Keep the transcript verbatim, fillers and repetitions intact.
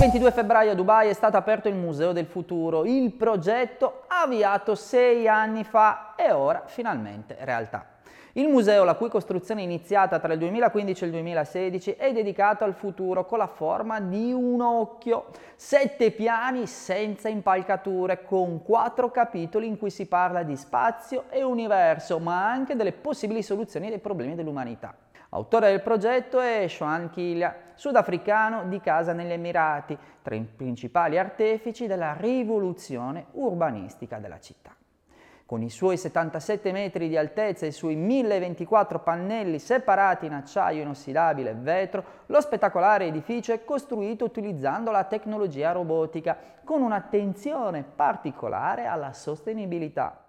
ventidue febbraio a Dubai è stato aperto il Museo del Futuro, il progetto avviato sei anni fa e ora finalmente realtà. Il museo, la cui costruzione è iniziata tra il duemilaquindici e il duemilasedici, è dedicato al futuro con la forma di un occhio. Sette piani senza impalcature, con quattro capitoli in cui si parla di spazio e universo, ma anche delle possibili soluzioni dei problemi dell'umanità. Autore del progetto è Joan Kilya, sudafricano di casa negli Emirati, tra i principali artefici della rivoluzione urbanistica della città. Con i suoi settantasette metri di altezza e i suoi mille ventiquattro pannelli separati in acciaio inossidabile e vetro, lo spettacolare edificio è costruito utilizzando la tecnologia robotica, con un'attenzione particolare alla sostenibilità.